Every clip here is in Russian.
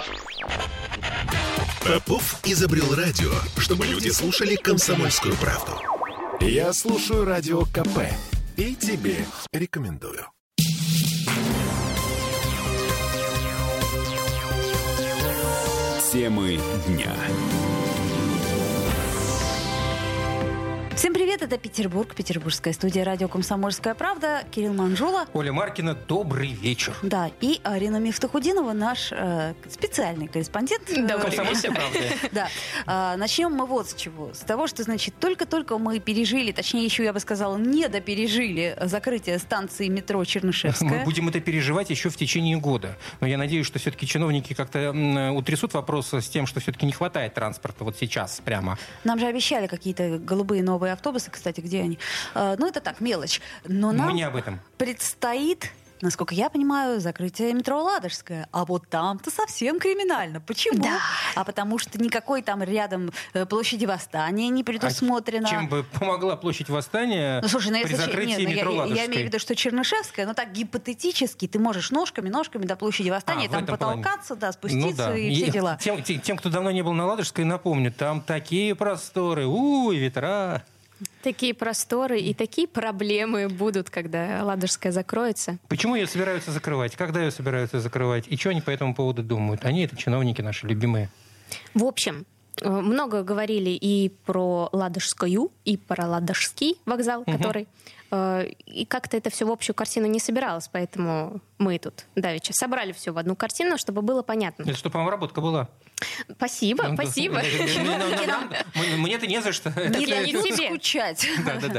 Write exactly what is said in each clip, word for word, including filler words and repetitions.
Попов изобрел радио, чтобы люди слушали «Комсомольскую правду». Я слушаю Радио КП и тебе рекомендую. Темы дня. Всем привет, это Петербург, петербургская студия радио «Комсомольская правда». Кирилл Манжула. Оля Маркина, добрый вечер. Да, и Арина Мифтахудинова, наш э, специальный корреспондент. Да, «Комсомольской правды». Да. А, начнем мы вот с чего. С того, что, значит, только-только мы пережили, точнее, еще, я бы сказала, недопережили закрытие станции метро Чернышевская. Мы будем это переживать еще в течение года. Но я надеюсь, что все-таки чиновники как-то утрясут вопрос с тем, что все-таки не хватает транспорта вот сейчас прямо. Нам же обещали какие-то голубые новые автобусы, кстати, где они? А, ну, это так, мелочь. Но нам Мы не об этом. предстоит, насколько я понимаю, закрытие метро Ладожское. А вот там-то совсем криминально. Почему? Да. А потому что никакой там рядом э, площади Восстания не предусмотрено. А чем бы помогла площадь Восстания Ну, слушай, ну, при если закрытии нет, ну, метро я, Ладожской? я имею в виду, что Чернышевская, но так гипотетически ты можешь ножками, ножками до площади Восстания А, в там этом потолкаться, да, спуститься Ну да. и все И дела. Тем, тем, тем, кто давно не был на Ладожской, напомню, там такие просторы, у, и ветра. Такие просторы и такие проблемы будут, когда Ладожская закроется. Почему ее собираются закрывать? Когда ее собираются закрывать? И что они по этому поводу думают? Они — это чиновники наши любимые. В общем, э, много говорили и про Ладожскую, и про Ладожский вокзал, Мгм. который... э, И как-то это все в общую картину не собиралось, поэтому мы тут давеча собрали все в одну картину, чтобы было понятно. Это чтобы вам работа была. Спасибо, Ну, спасибо. ну, нам- мне- Мне-то не за что. Не Я не люблю тебе. скучать. Да, да, да.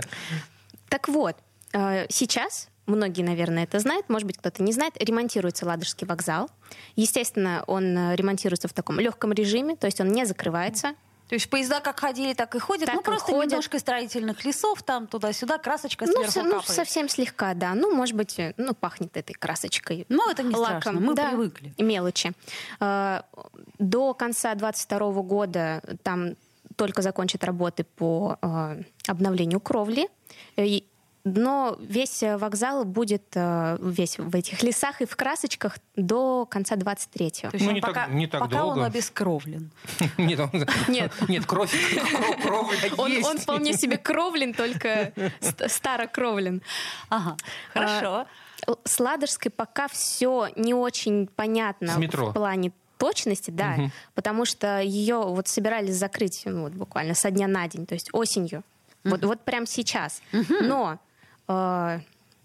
Так вот, э, сейчас, многие, наверное, это знают, может быть, кто-то не знает, ремонтируется Ладожский вокзал. Естественно, он э, ремонтируется в таком легком режиме, то есть он не закрывается. То есть поезда как ходили, так и ходят. Так ну, и просто ходят. немножко строительных лесов, там туда-сюда, красочка Ну, сверху со- ну, капает. совсем слегка, да. Ну, может быть, э, ну, пахнет этой красочкой. Ну, это не лаком. страшно, мы Да, привыкли. Мелочи. Э, До конца двадцать второго года там только закончат работы по э, обновлению кровли. Э, и- Но весь э, вокзал будет э, весь в этих лесах и в красочках до конца двадцать третьего. То есть Ну, он не так- пока, не так пока он долго. обескровлен. Нет, он- Нет. Нет, кровь, кровь, кровля Он, есть. он вполне себе кровлен, только ст- старокровлен. Ага, хорошо. Л- С Ладожской пока все не очень понятно С метро. в плане точности, да, Мгм. потому что ее вот собирались закрыть ну, вот буквально со дня на день, то есть осенью, вот, вот прямо сейчас. Но э,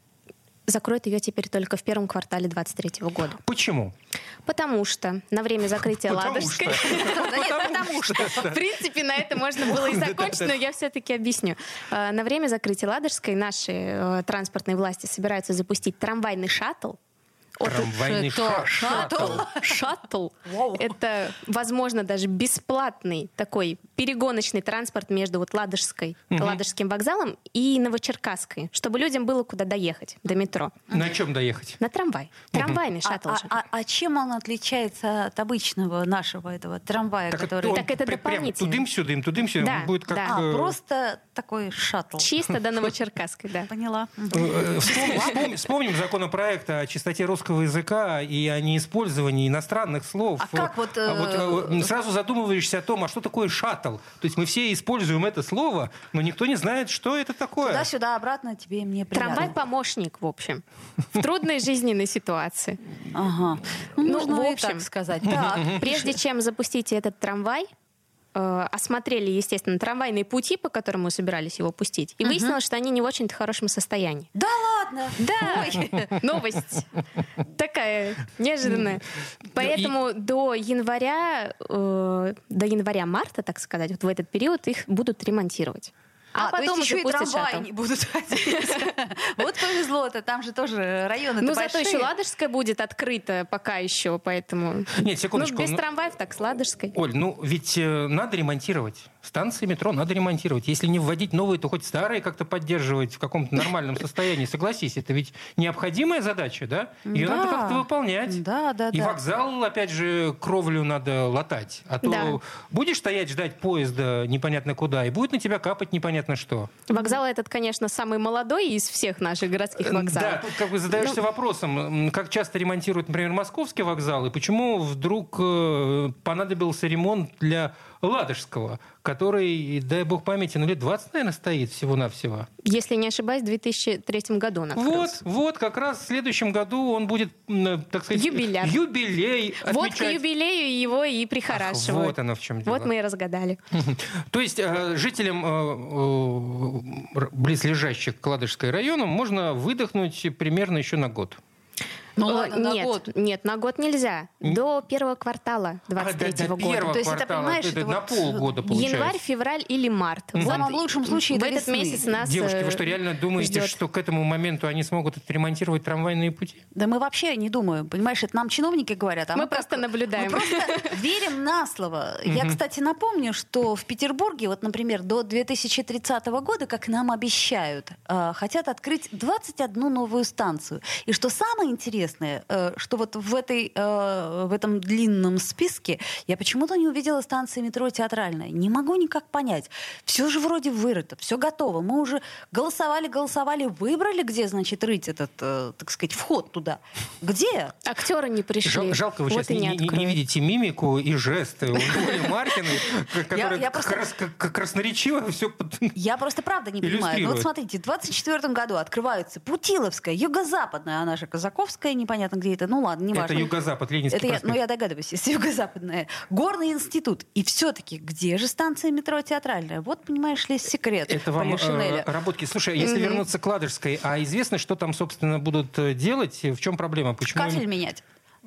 закроют ее теперь только в первом квартале двадцать третьего года. Почему? Потому что на время закрытия Потому Ладожской... что. Да нет, потому что. В принципе, на это можно было и закончить, но я все-таки объясню. Э, На время закрытия Ладожской наши э, транспортные власти собираются запустить трамвайный шаттл. От- Трамвайный Что? ша- шаттл. Шаттл. Вау. Это, возможно, даже бесплатный такой перегоночный транспорт между вот Ладожской, Мгм. Ладожским вокзалом и Новочеркасской, чтобы людям было куда доехать до метро. На чем доехать? На трамвай. Трамвайный А, шаттл а- же. а- а чем он отличается от обычного нашего этого трамвая, который... он Так это при- прям дополнительно. тудым-сюдым, тудым-сюдым. Да, Он будет как... да. А, э, просто такой шаттл. Чисто до Новочеркасской, да. Поняла. э, э, вспом- вспом- Вспомним законопроект о чистоте русского языка и о неиспользовании иностранных слов. А как вот, А вот, э, э, сразу задумываешься о том, а что такое шаттл? То есть мы все используем это слово, но никто не знает, что это такое. Туда-сюда, обратно тебе и мне приятно. Трамвай-помощник, в общем, в трудной жизненной ситуации. Ага. Ну, Ну, можно в и общем. так сказать. Так. Прежде чем запустить этот трамвай, э, осмотрели, естественно, трамвайные пути, по которым мы собирались его пустить, и выяснилось, что они не в очень-то хорошем состоянии. Да ладно? Да, Ой. новость такая неожиданная. Поэтому до января, э, до января-марта, так сказать, вот в этот период их будут ремонтировать. А, А, то потом есть уже еще и пустят трамваи шаттл. не будут ходить. Вот повезло-то, там же тоже районы-то Ну, зато большие. еще Ладожская будет открыта пока еще, поэтому... Нет, секундочку. Ну, без ну, трамваев, так с Ладожской. Оль, ну ведь э, надо ремонтировать. Станции метро надо ремонтировать. Если не вводить новые, то хоть старые как-то поддерживать в каком-то нормальном состоянии. Согласись, это ведь необходимая задача, да? Ее Да. надо как-то выполнять. Да, да, И да. вокзал, опять же, кровлю надо латать. А то Да. будешь стоять, ждать поезда непонятно куда, и будет на тебя капать непонятно что. Вокзал этот, конечно, самый молодой из всех наших городских Да, вокзалов. тут как бы задаешься Ну, вопросом, м, как часто ремонтируют, например, московский вокзал, и почему вдруг э, понадобился ремонт для Ладожского, который, дай бог памяти, ну лет двадцать, наверное, стоит всего-навсего. Если не ошибаюсь, в две тысячи третьем году он Вот, открылся. вот, как раз в следующем году он будет, м, так сказать, Юбиляр. юбилей Вот к отмечать. юбилею его и Ах, прихорашивают. вот оно в чем дело. Вот мы и разгадали. То есть э, жителям э, э, близлежащих к Ладожской району можно выдохнуть примерно еще на год. Ну Э, ладно, на нет, год. нет, на год нельзя. До первого квартала двадцать третьего А, до, до года. первого То есть это, квартала, понимаешь, это это на вот полгода получается. Январь, февраль или март. В Вот самом лучшем случае в до этот весны. месяц нас Девушки, вы э, что, реально думаете, ждет. что к этому моменту они смогут отремонтировать трамвайные пути? Да мы вообще не думаем, понимаешь, это нам чиновники говорят. А Мы мы, просто как- наблюдаем. Мы просто верим на слово. Я, кстати, напомню, что в Петербурге, вот, например, до две тысячи тридцатого года, как нам обещают, э, хотят открыть двадцать одну новую станцию. И что самое интересное, э, что вот в, этой, э, в этом длинном списке я почему-то не увидела станции метро «Театральная». Не могу никак понять. Все же вроде вырыто, все готово. Мы уже голосовали, голосовали, выбрали, где, значит, рыть этот, э, так сказать, вход туда. Где? Актеры не пришли. Жал- жалко, вы Вот сейчас и не, не- не откроют. видите мимику и жесты у Оли Маркиной, к- которая я как просто- раз как- как красноречиво все... Я просто правда не понимаю. Ну вот Иллюстрирует. смотрите, в двадцать четвёртом году открывается Путиловская, юго-западная, она же Казаковская, непонятно где это. Ну ладно, не Это важно. юго-запад, Ленинский Это я, проспект. ну, я догадываюсь, если юго-западная. Горный институт. И все-таки, где же станция метро «Театральная»? Вот, понимаешь ли, секрет Это вам Полишинеля. э, работки. Слушай, а если вернуться к Ладожской, а известно, что там, собственно, будут э, делать? В чем проблема? Почему им- Кафель менять.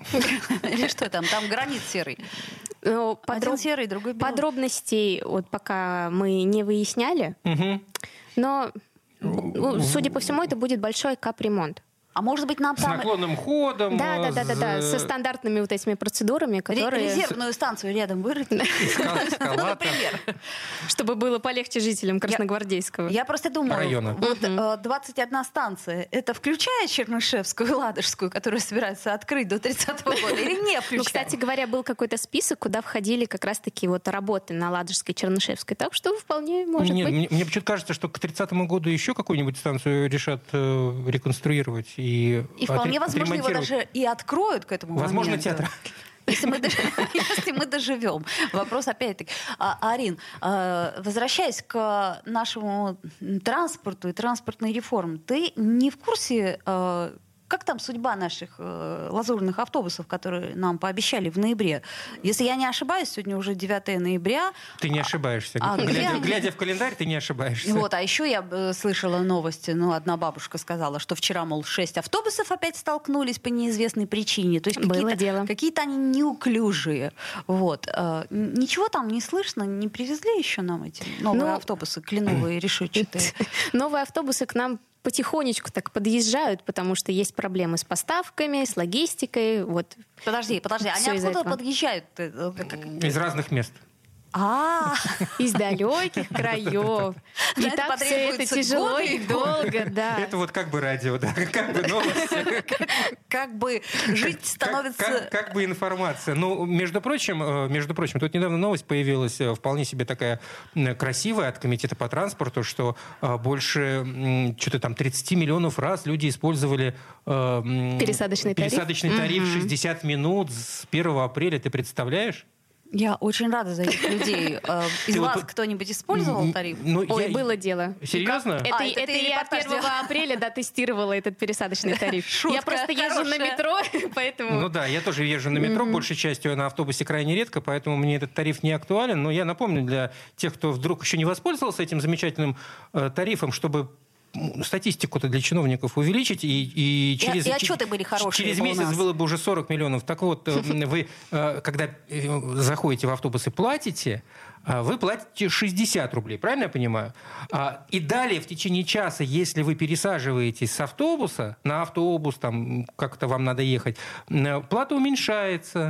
Или что там? Там гранит серый. Ну, Один подроб- серый, другой белый. Подробностей вот пока мы не выясняли, Мгм. но, ну, судя по всему, это будет большой капремонт. А может быть, нам С там наклонным ходом. Да, да, э, да, да, да, с- со стандартными вот этими процедурами, ре- которые, резервную станцию рядом вырыть? эска- эскалатор. Например. чтобы было полегче жителям Красногвардейского. Я просто думаю, Района. вот э, двадцать одна станция, это включая Чернышевскую и Ладожскую, которую собираются открыть до тридцатого года, или не включая? Ну, кстати говоря, был какой-то список, куда входили как раз-таки вот работы на Ладожской, Чернышевской, так что вполне может Нет, быть. мне, мне почему-то кажется, что к тридцатому году еще какую-нибудь станцию решат э, реконструировать и И вполне отре- возможно, его отремонтировать. даже и откроют к этому Возможно, моменту. театр. Если мы, дож- если мы доживем. Вопрос опять-таки. А, Арин, а, возвращаясь к нашему транспорту и транспортной реформе, ты не в курсе, а, как там судьба наших э, лазурных автобусов, которые нам пообещали в ноябре? Если я не ошибаюсь, сегодня уже девятое ноября. Ты не ошибаешься. А где глядя, они? глядя в календарь, ты не ошибаешься. Вот, а еще я э, слышала новости, ну, одна бабушка сказала, что вчера, мол, шесть автобусов опять столкнулись по неизвестной причине. То есть Было какие-то, дело. какие-то они неуклюжие. Вот. Э, н- Ничего там не слышно, не привезли еще нам эти новые Ну, автобусы кленовые, решетчатые. Новые автобусы к нам потихонечку так подъезжают, потому что есть проблемы с поставками, с логистикой. Вот. Подожди, подожди, они Всё из-за откуда этого. подъезжают? Э, как- как- Из разных мест. А, Из далеких краев. И На это так все это потребуется тяжело годы и и долго, да. Это вот как бы радио, да, как бы новости. как бы жить Как, становится... как- как бы информация. Ну, между прочим, э, между прочим, тут недавно новость появилась, э, вполне себе такая м, красивая от Комитета по транспорту, что э, больше м, что-то там тридцать миллионов раз люди использовали э, м, Пересадочный тариф. пересадочный тариф шестьдесят минут с первого апреля. Ты представляешь? Я очень рада за этих людей. Э, Из Ты вот вас тут- кто-нибудь использовал М, тариф? ну, Ой, я- было дело. Серьезно? Это, А, это это ты я репортаж первого апреля да, тестировала этот пересадочный тариф. Шутка Я просто езжу на хорошая. метро, поэтому... Ну да, я тоже езжу на метро, большей частью на автобусе крайне редко, поэтому мне этот тариф не актуален. Но я напомню для тех, кто вдруг еще не воспользовался этим замечательным э, тарифом, чтобы м, статистику-то для чиновников увеличить, и, и через, и отчеты были хорошие через бы у месяц нас. было бы уже сорок миллионов. Так вот, э, вы, э, когда э, заходите в автобус и платите, э, вы платите шестьдесят рублей, правильно я понимаю? А, И далее в течение часа, если вы пересаживаетесь с автобуса на автобус, там как-то вам надо ехать, э, плата уменьшается.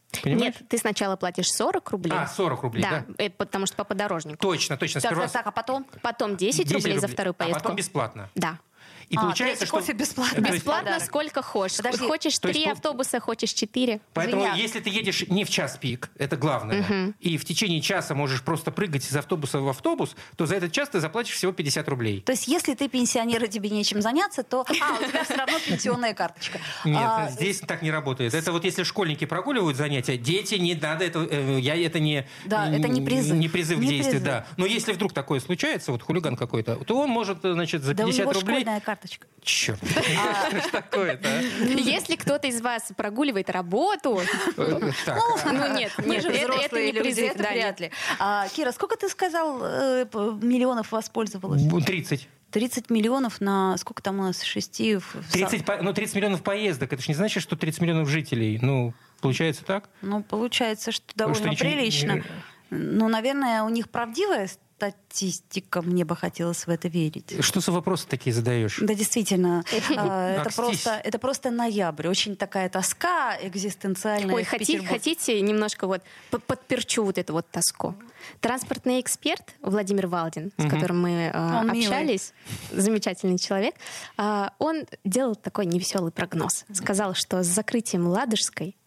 Понимаешь? Нет, ты сначала платишь сорок рублей. А, сорок рублей, да? Да, потому что по подорожнику. Точно, точно. Так, Сперва так, так, а потом? Потом десять рублей за вторую а поездку. потом бесплатно. Да. И А, получается, третий что... кофе бесплатно. То есть- Бесплатно Подарок. сколько хочешь. Подожди, Хочешь то есть три по- автобуса, хочешь четыре. Поэтому, Извиня. если ты едешь не в час пик, это главное, и в течение часа можешь просто прыгать из автобуса в автобус, то за этот час ты заплатишь всего пятьдесят рублей. То есть, если ты пенсионер и тебе нечем заняться, то... А, у тебя все равно пенсионная карточка. Нет, А, здесь так не работает. Это вот если школьники прогуливают занятия, дети, не надо, это, э, я, это не, Да, это не призыв. Не призыв к Не действию, призыв. да. Но если вдруг такое случается, вот хулиган какой-то, то он может, значит, за Да у пятьдесят него рублей... школьная карточка. Черт, что такое-то, а? Если кто-то из вас прогуливает работу, Так, ну нет, Мы нет, же это, это взрослые не люди, призыв. это да, вряд нет. ли. А, Кира, сколько ты сказал, э, п- миллионов воспользовалась? тридцать. тридцать миллионов на сколько там у нас шести? в- в тридцать, по- ну, тридцать миллионов поездок, это же не значит, что тридцать миллионов жителей. Ну, получается так? Ну, получается, что довольно что ничего не- прилично. Ну, наверное, у них правдивая статистика, мне бы хотелось в это верить. Что за вопросы такие задаешь? Да, действительно, а, это Акстись. просто, это просто ноябрь. Очень такая тоска экзистенциальная Ой, в хотите, Петербурге. хотите немножко вот по- подперчу вот эту вот тоску? Транспортный эксперт Владимир Валдин, с которым мы э, Он милый. общались, замечательный человек, э, он делал такой невеселый прогноз. Сказал, что с закрытием Ладожской,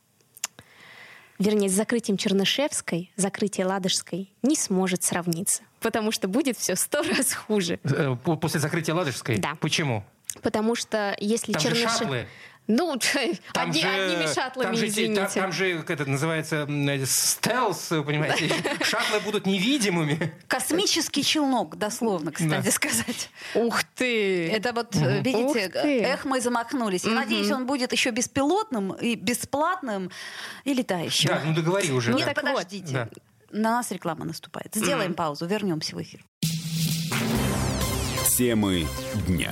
вернее, с закрытием Чернышевской, закрытие Ладожской не сможет сравниться, потому что будет все сто раз хуже. Э, по- После закрытия Ладожской? Да. Почему? Потому что если Там же Чернышев... шаттлы. Ну, Там одни- же, одними шаттлами, там же, извините. Там, там же, как это называется, м, стелс, понимаете, шаттлы будут невидимыми. Космический челнок, дословно, кстати Да. сказать. Ух ты! Это вот, э, видите, Ух ты. эх, мы замахнулись. Я надеюсь, он будет еще беспилотным и бесплатным и летающим. Да, ну договори уже. Нет, да. так вот, подождите. да. На нас реклама наступает. Сделаем паузу, вернемся в эфир. Темы дня.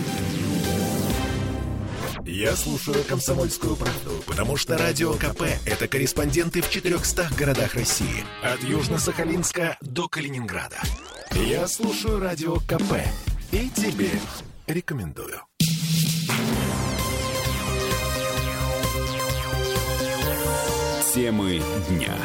Я слушаю «Комсомольскую правду», потому что Радио КП – это корреспонденты в четырехстах городах России. От Южно-Сахалинска до Калининграда. Я слушаю Радио КП и тебе рекомендую. Темы дня.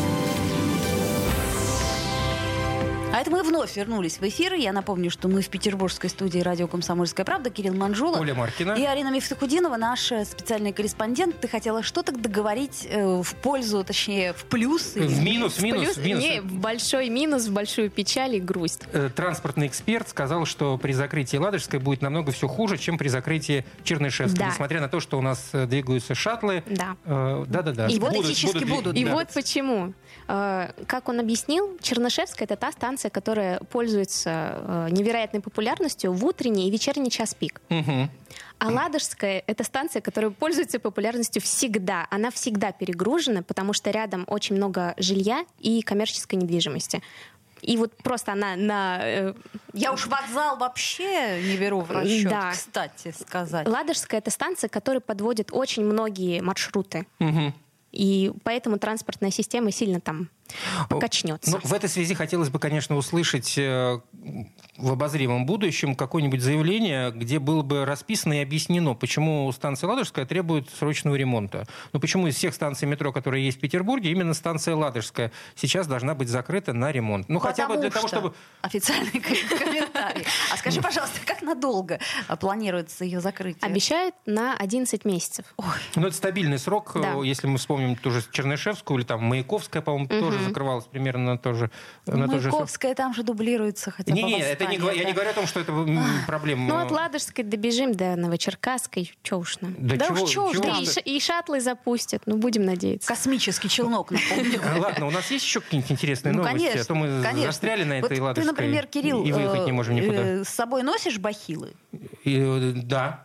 А это мы вновь вернулись в эфир. Я напомню, что мы в петербургской студии радио «Комсомольская правда». Кирилл Манжула. Оля Маркина. И Арина Мифтахудинова, наша специальный корреспондент. Ты хотела что-то договорить э, в пользу, точнее, в плюс? или- В минус, в минус, Плюс- в минус. Не, в большой минус, в большую печаль и грусть. Э, Транспортный эксперт сказал, что при закрытии Ладожской будет намного все хуже, чем при закрытии Чернышевской. Да. Несмотря на то, что у нас э, двигаются шаттлы. Да. Э, Да-да-да. И Будут- гипотетически будут. И да. вот почему. Э, Как он объяснил, Чернышевская — это та станция, которая пользуется э, невероятной популярностью в утренний и вечерний час пик. Мгм. А Ладожская — это станция, которая пользуется популярностью всегда. Она всегда перегружена, потому что рядом очень много жилья и коммерческой недвижимости. И вот просто она на... э, Я уж вокзал вообще не беру в расчет, Да. кстати сказать. Ладожская — это станция, которая подводит очень многие маршруты. Мгм. И поэтому транспортная система сильно там покачнется. Ну, в этой связи хотелось бы, конечно, услышать э, в обозримом будущем какое-нибудь заявление, где было бы расписано и объяснено, почему станция Ладожская требует срочного ремонта. Ну, почему из всех станций метро, которые есть в Петербурге, именно станция Ладожская сейчас должна быть закрыта на ремонт. Ну, хотя бы Потому для того, что- чтобы... Официальный комментарий. А скажи, пожалуйста, как надолго а, планируется ее закрытие? Обещают на одиннадцать месяцев. Ну, это стабильный срок, Да. э, если мы вспомним ту же Чернышевскую или там Маяковская, по-моему, тоже закрывалась примерно на то же... на тот же срок. Маяковская там же дублируется хотя бы. Не-не, это не, говор- я не говорю о том, что это м, проблема. Ну, от Ладожской добежим до Новочеркасской. Чё уж нам. Да, Да чего, уж чё уж чего там. И, ты? ш- и шаттлы запустят. Ну, будем надеяться. Космический челнок, напомню. А, Ладно, у нас есть еще какие-нибудь интересные Ну, новости? конечно, А то мы конечно. застряли на Вот этой ты, Ладожской. например, Кирилл, и выехать не э, можем никуда. э, с собой носишь бахилы? И, э, да.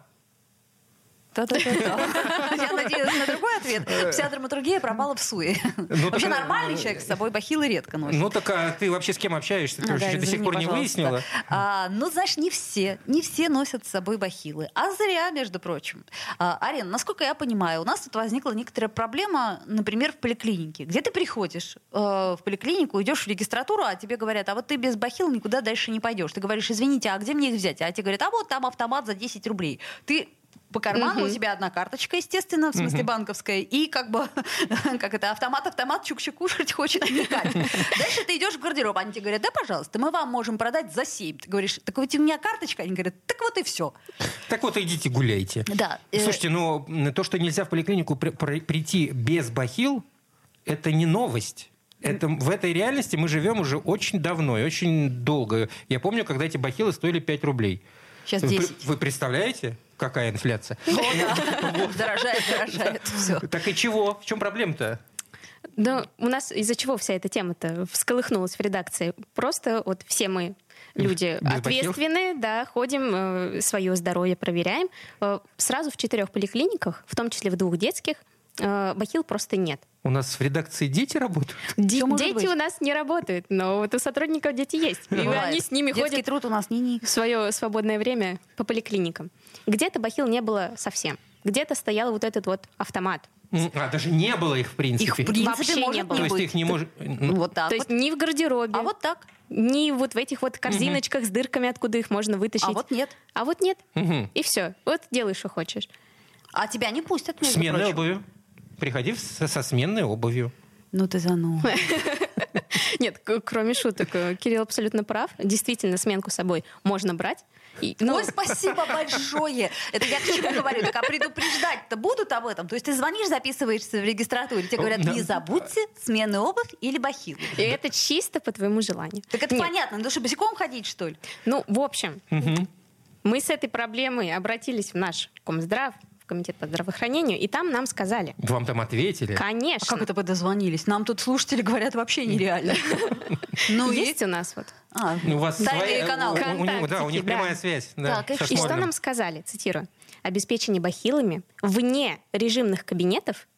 Да-да-да. Я надеюсь на другой ответ. Вся драматургия пропала в суе. Ну, Вообще так, нормальный э, человек с собой бахилы редко носит. Ну так а ты вообще с кем общаешься? Ты А, же да, до сих извини, пор не пожалуйста. выяснила? А, ну, знаешь, не все. Не все носят с собой бахилы. А зря, между прочим. А, Арина, насколько я понимаю, у нас тут возникла некоторая проблема, например, в поликлинике. Где ты приходишь э, в поликлинику, идешь в регистратуру, а тебе говорят, а вот ты без бахил никуда дальше не пойдешь. Ты говоришь, извините, а где мне их взять? А тебе говорят, а вот там автомат за десять рублей. Ты по карману, у тебя одна карточка, естественно, в смысле банковская, и как бы, как это, автомат-автомат, чукча кушать хочет мелькать. Дальше ты идешь в гардероб, они тебе говорят, да, пожалуйста, мы вам можем продать за семь. Ты говоришь, так вот у меня карточка, они говорят, так вот и все. Так вот идите гуляйте. Да. Слушайте, ну то, что нельзя в поликлинику при- при- прийти без бахил, это не новость. Это, в этой реальности мы живем уже очень давно и очень долго. Я помню, когда эти бахилы стоили пять рублей. Сейчас Вы, десять. вы представляете, какая инфляция? О, да. Дорожает, дорожает, все. Так и чего? В чем проблема-то? Да, у нас из-за чего вся эта тема-то всколыхнулась в редакции? Просто вот все мы люди Без ответственные, да, ходим, э, свое здоровье проверяем. Э, сразу в четырех поликлиниках, в том числе в двух детских, э, бахил просто нет. У нас в редакции дети работают? Ди- может дети быть? у нас не работают, но вот у сотрудников дети есть. И Бывает. они с ними Детский ходят труд у нас не-не. в свое свободное время по поликлиникам. Где-то бахил не было совсем. Где-то стоял вот этот вот автомат. М, А, даже не было их, в принципе. Их в принципе Вообще не может было. То не есть ты быть. их не можешь... ну, Вот так То вот. есть ни в гардеробе, А вот так. ни вот в этих вот корзиночках с дырками, откуда их можно вытащить. А вот нет. А вот нет. Мгм. И все. Вот делай, что хочешь. А тебя не пустят, между Сменной прочим. обувью. Приходи в- со, со сменной обувью. Ну ты зануда. Нет, к- кроме шуток, э, Кирилл абсолютно прав. Действительно, сменку с собой можно брать. И, ну, Ой, спасибо большое. Это я к чему говорю. Так а предупреждать-то будут об этом? То есть ты звонишь, записываешься в регистратуре, тебе говорят, не забудьте сменную обувь или бахилы. и это чисто по твоему желанию. Так это Нет, понятно, ну что, босиком ходить, что ли? Ну, в общем, мы с этой проблемой обратились в наш Комздрав, в Комитет по здравоохранению, и там нам сказали, Вам там ответили? конечно, А как это вы дозвонились? Нам тут слушатели говорят вообще нереально. Ну и... есть у нас вот. А, У вас тайные своя- каналы. у- у них- Да, у них Контактики, прямая да. связь. да, Так, и со что? И что Шморганом. нам сказали, цитирую, обеспечение бахилами вне режимных кабинетов,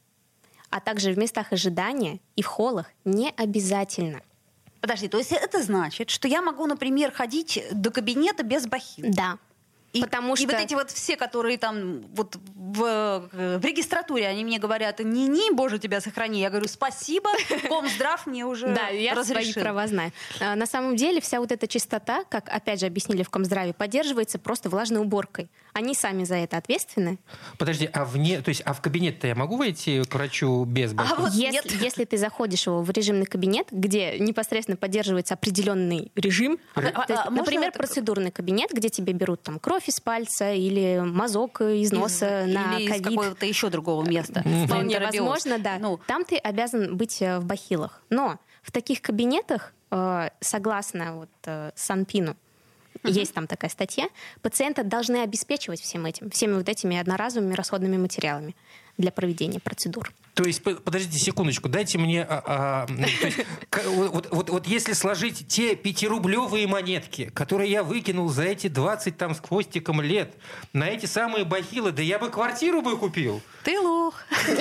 а также в местах ожидания и в холлах не обязательно. Подожди, то есть это значит, что я могу, например, ходить до кабинета без бахил? Да. И, Потому и что- вот эти вот все, которые там вот в, э, в регистратуре, они мне говорят, не-не, боже, тебя сохрани. Я говорю, спасибо, Комздрав мне уже Да, я разрешил. свои права знаю. А, На самом деле вся вот эта чистота, как опять же объяснили в Комздраве, поддерживается просто влажной уборкой. Они сами за это ответственны. Подожди, а вне, то есть, а в кабинет-то я могу войти к врачу без бахил? А вот если, нет. если ты заходишь его в режимный кабинет, где непосредственно поддерживается определенный режим, А, то а, есть, а можно например, это- процедурный кабинет, где тебе берут там кровь из пальца или мазок из носа Из- на или из ковид. какого-то еще другого места. на Вполне интеробиоз. возможно, да. Ну, Там ты обязан быть э, в бахилах. Но в таких кабинетах, э, согласно вот, э, Санпину, есть там такая статья, пациента должны обеспечивать всем этим, всеми вот этими одноразовыми расходными материалами для проведения процедур. То есть, по- подождите секундочку, дайте мне... а, а, то есть, к- вот, вот- вот если сложить те пятирублевые монетки, которые я выкинул за эти двадцать там с хвостиком лет, на эти самые бахилы, да я бы квартиру бы купил. ты лох.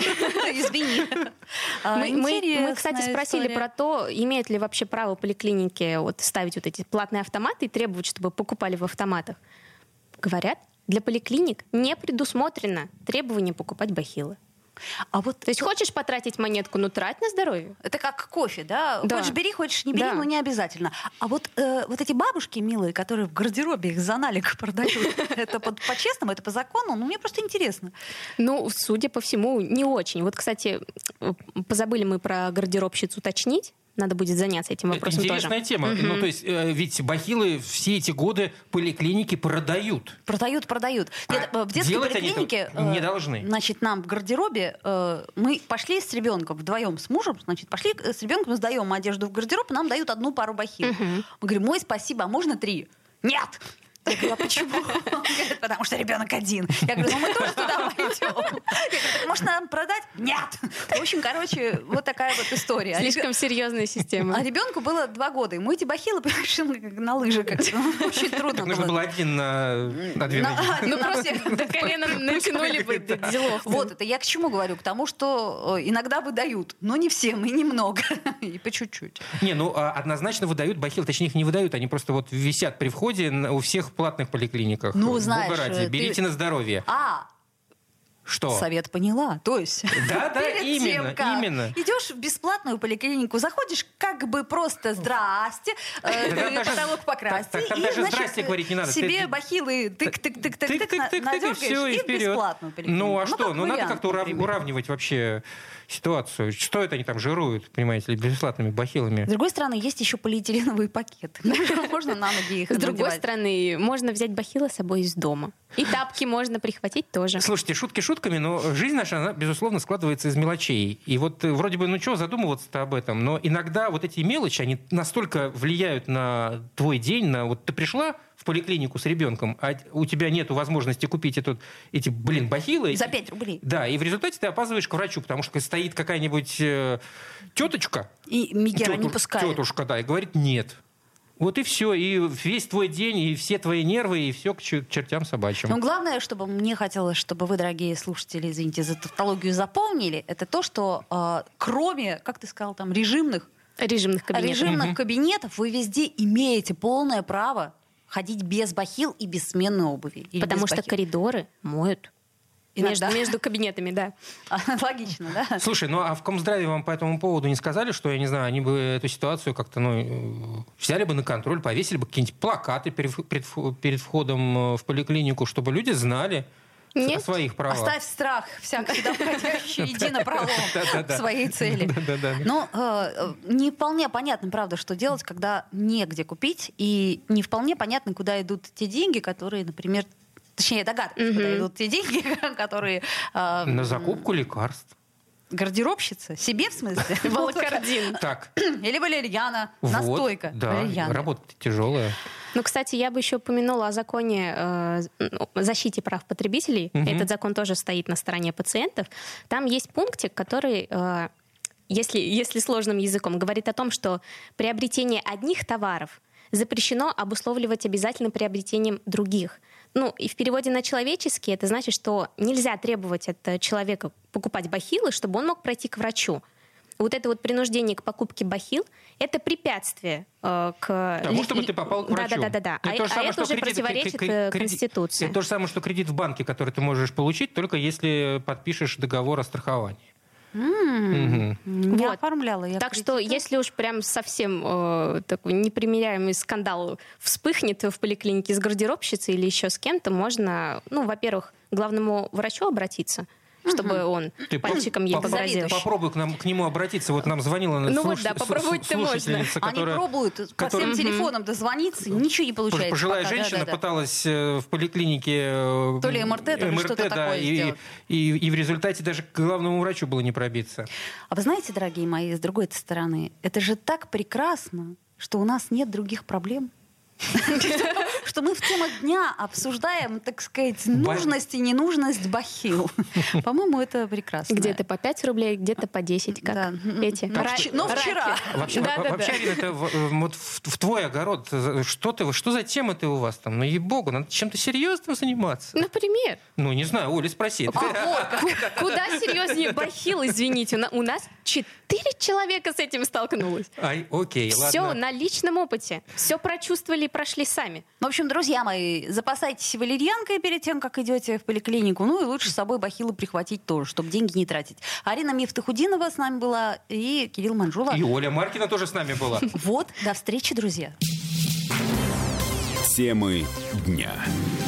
Извини. А, Мы, мы- мы, интересная кстати, спросили история. про то, имеют ли вообще право поликлиники вот, ставить вот эти платные автоматы и требовать, чтобы покупали в автоматах. Говорят, для поликлиник не предусмотрено требование покупать бахилы. А вот То есть хочешь потратить монетку, ну трать на здоровье. это как кофе, да? Да. Хочешь бери, хочешь не бери, Да. но не обязательно. А вот, э, вот эти бабушки милые, которые в гардеробе их за налик продают, это по- по-честному, это по закону? Ну, мне просто интересно. Ну, судя по всему, не очень. Вот, кстати, э, позабыли мы про гардеробщиц уточнить. Надо будет заняться этим вопросом Интересная тоже. тема. Ну, то есть, э, ведь бахилы все эти годы поликлиники продают. Продают, продают. А Нет, в детской делать они поликлинике... это не должны. Значит, нам в гардеробе... э, мы пошли с ребенком вдвоем с мужем, значит, пошли э, с ребенком, сдаем одежду в гардероб, и нам дают одну пару бахил. Мы говорим, мой, спасибо, а можно три? Нет! Я говорю, а почему? Он говорит, потому что ребенок один. Я говорю, ну мы тоже туда пойдем. Я говорю, так может нам продать? Нет! В общем, короче, вот такая вот история. А Слишком серьезная система. А ребенку было два года. Ему эти бахилы, понимаешь, он как на лыжах как-то. Ну, очень трудно Так нужно было один на, на две На- ноги. ну, Ну, на просто всех. до колена натянули бы до делов. Вот это я к чему говорю? К тому, что э, иногда выдают, но не всем и немного, и по чуть-чуть. Не, ну а, однозначно выдают бахилы, точнее их не выдают, они просто вот висят при входе на- у всех платных поликлиниках. Ну, знаешь, Бога ради, э, ты- берите на здоровье. А, Что? Совет поняла. То есть Да, да, перед именно, тем, как именно. идешь в бесплатную поликлинику, заходишь как бы просто «здрасте», э, Да, даже- потолок покрасьте, так- там и, даже значит, «здрасте» говорить не надо. себе Ты- бахилы тык-тык-тык-тык Тык-тык-тык, и надергаешь все, и и в вперед. бесплатную поликлинику. Ну, а что? как Ну, надо вариант, как-то урав- например. уравнивать вообще ситуацию. Что это они там жируют, понимаете ли, бесплатными бахилами? С другой стороны, есть еще полиэтиленовые пакеты. Можно на ноги их С другой надевать. стороны, можно взять бахилы с собой из дома. И тапки можно прихватить тоже. Слушайте, шутки шутками, но жизнь наша, она, безусловно, складывается из мелочей. И вот э, вроде бы, ну что задумываться-то об этом, но иногда вот эти мелочи, они настолько влияют на твой день, на вот ты пришла в поликлинику с ребенком, а у тебя нет возможности купить этот, эти, блин, бахилы. За пять рублей. Да, и в результате ты опаздываешь к врачу, потому что стоит какая-нибудь э, теточка, И Мегера не тету- пускает. тетушка, да, и говорит нет. Вот и все, и весь твой день, и все твои нервы, и все к чер- чертям собачьим. Но главное, чтобы мне хотелось, чтобы вы, дорогие слушатели, извините за тавтологию, запомнили, это то, что э, кроме, как ты сказал, там режимных, Режимных кабинетов. режимных кабинетов, вы везде имеете полное право ходить без бахил и без сменной обуви. Или Потому без что бахил. коридоры моют. Иногда. Между, между кабинетами, да. Логично, да? Слушай, ну а в Комздраве вам по этому поводу не сказали, что, я не знаю, они бы эту ситуацию как-то, ну, э, взяли бы на контроль, повесили бы какие-нибудь плакаты перед, вх- перед вх- перед входом э, в поликлинику, чтобы люди знали о Нет. своих правах. Оставь страх всяк сюда входящий, иди на пролом к Да-да-да. своей цели. Да-да-да. Но э, не вполне понятно, правда, что делать, когда негде купить, и не вполне понятно, куда идут те деньги, которые, например, точнее, догадываюсь, куда идут те деньги, которые... э, На закупку лекарств. Гардеробщица? Себе, в смысле? Волокордин. Так, Или валерьяна, вот, настойка да, валерьяны. работа тяжелая. Ну, кстати, я бы еще упомянула о законе э, ну, защите прав потребителей. Мгм. Этот закон тоже стоит на стороне пациентов. Там есть пунктик, который, э, если, если сложным языком, говорит о том, что приобретение одних товаров запрещено обусловливать обязательным приобретением других. Ну, и в переводе на человеческий это значит, что нельзя требовать от человека покупать бахилы, чтобы он мог пройти к врачу. Вот это вот принуждение к покупке бахил — это препятствие э, к... Тому, чтобы ты попал к врачу. Да-да-да. А, Это то же а самое, это что уже кредит- противоречит кредит- э, кредит- Конституции. Это то же самое, что кредит в банке, который ты можешь получить, только если подпишешь договор о страховании. Мгм. Не Вот. оформляла я Так что, кредиты. если уж прям совсем э, такой непримиряемый скандал вспыхнет в поликлинике с гардеробщицей или еще с кем-то, можно, ну, во-первых, к главному врачу обратиться, чтобы он Ты пальчиком ей поп- погрозил. позавидуешь. Попробуй к, нам, к нему обратиться. Вот нам звонила Ну вот слуш- да, с- попробовать-то можно. слушательница, Они которая... пробуют по которая- всем телефонам дозвониться, ничего не получается. Пожилая пока, женщина да-да-да. пыталась э, в поликлинике... э, То ли МРТ, то ли МРТ, что-то да, такое и, сделать. И, и в результате даже к главному врачу было не пробиться. А вы знаете, дорогие мои, с другой стороны, это же так прекрасно, что у нас нет других проблем. Что мы в темах дня обсуждаем, так сказать, нужность и ненужность бахил. По-моему, это прекрасно. Где-то по пять рублей, где-то по десять, как Да. эти. Но ра- вч- но раки. вчера. Вообще, Да, во- да, вообще да. Арина, это в, э, вот в, в твой огород. Что, ты, что за темы ты у вас там? Ну, ей-богу, надо чем-то серьезным заниматься. Например. Ну, не знаю, Оля, спроси. А, вот, ку- куда серьезнее бахил, извините. У на- У нас четыре человека с этим столкнулось. Ай, окей, Все ладно. на личном опыте. Все прочувствовали и прошли сами. В общем, друзья мои, запасайтесь валерьянкой перед тем, как идете в поликлинику. Ну и лучше с собой бахилы прихватить тоже, чтобы деньги не тратить. Арина Мифтахудинова с нами была и Кирилл Манжула. И Оля Маркина тоже с нами была. Вот, до встречи, друзья. Темы дня.